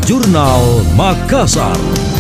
Jurnal Makassar.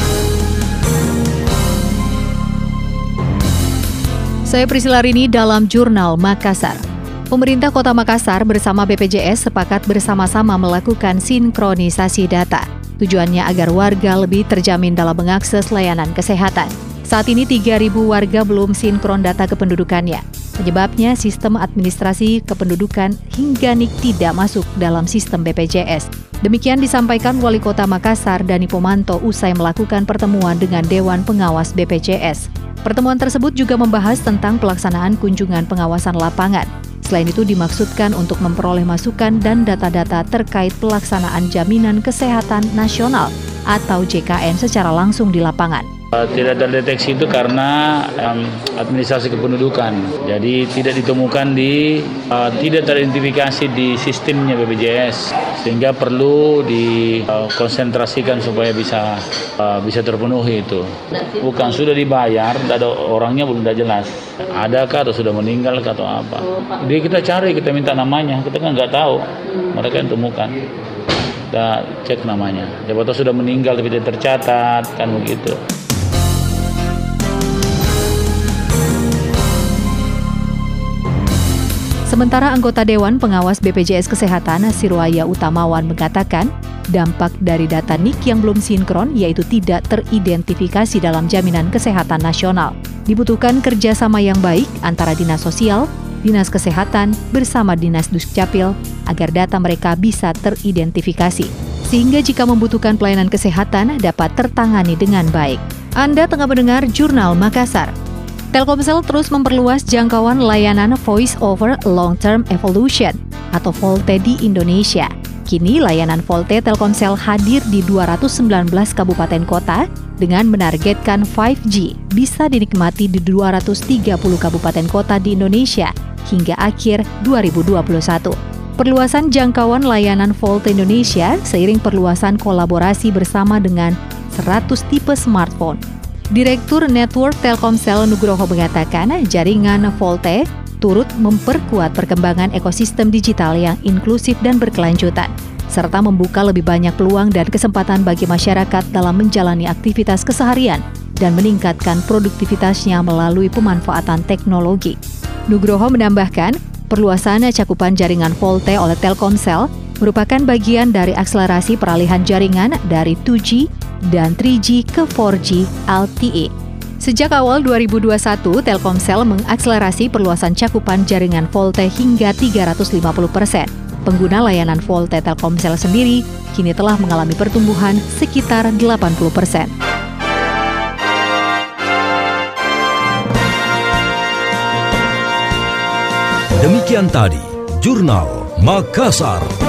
Saya Priscilla Rini dalam Jurnal Makassar. Pemerintah Kota Makassar bersama BPJS sepakat bersama-sama melakukan sinkronisasi data. Tujuannya agar warga lebih terjamin dalam mengakses layanan kesehatan. Saat ini 3.000 warga belum sinkron data kependudukannya. Penyebabnya sistem administrasi kependudukan hingga NIK tidak masuk dalam sistem BPJS. Demikian disampaikan Wali Kota Makassar Dani Pomanto usai melakukan pertemuan dengan Dewan Pengawas BPJS. Pertemuan tersebut juga membahas tentang pelaksanaan kunjungan pengawasan lapangan. Selain itu dimaksudkan untuk memperoleh masukan dan data-data terkait pelaksanaan Jaminan Kesehatan Nasional atau JKN secara langsung di lapangan. Tidak terdeteksi itu karena administrasi kependudukan. Jadi tidak ditemukan tidak teridentifikasi di sistemnya BPJS, sehingga perlu dikonsentrasikan supaya bisa terpenuhi itu. Bukan sudah dibayar, ada orangnya belum jelas. Adakah atau sudah meninggal atau apa? Jadi kita cari, kita minta namanya, kita kan nggak tahu. Mereka yang temukan. Kita cek namanya. Siapa tahu sudah meninggal tapi tidak tercatat, kan begitu. Sementara anggota Dewan Pengawas BPJS Kesehatan Sirwaya Utamawan mengatakan, dampak dari data NIK yang belum sinkron yaitu tidak teridentifikasi dalam Jaminan Kesehatan Nasional. Dibutuhkan kerjasama yang baik antara Dinas Sosial, Dinas Kesehatan bersama Dinas Dukcapil agar data mereka bisa teridentifikasi. Sehingga jika membutuhkan pelayanan kesehatan dapat tertangani dengan baik. Anda tengah mendengar Jurnal Makassar. Telkomsel terus memperluas jangkauan layanan Voice over Long Term Evolution atau VoLTE di Indonesia. Kini layanan VoLTE Telkomsel hadir di 219 kabupaten kota dengan menargetkan 5G bisa dinikmati di 230 kabupaten kota di Indonesia hingga akhir 2021. Perluasan jangkauan layanan VoLTE Indonesia seiring perluasan kolaborasi bersama dengan 100 tipe smartphone. Direktur Network Telkomsel Nugroho mengatakan jaringan VoLTE turut memperkuat perkembangan ekosistem digital yang inklusif dan berkelanjutan, serta membuka lebih banyak peluang dan kesempatan bagi masyarakat dalam menjalani aktivitas keseharian dan meningkatkan produktivitasnya melalui pemanfaatan teknologi. Nugroho menambahkan, perluasan cakupan jaringan VoLTE oleh Telkomsel merupakan bagian dari akselerasi peralihan jaringan dari 2G dan 3G ke 4G LTE. Sejak awal 2021, Telkomsel mengakselerasi perluasan cakupan jaringan VoLTE hingga 350%. Pengguna layanan VoLTE Telkomsel sendiri kini telah mengalami pertumbuhan sekitar 80%. Demikian tadi, Jurnal Makassar.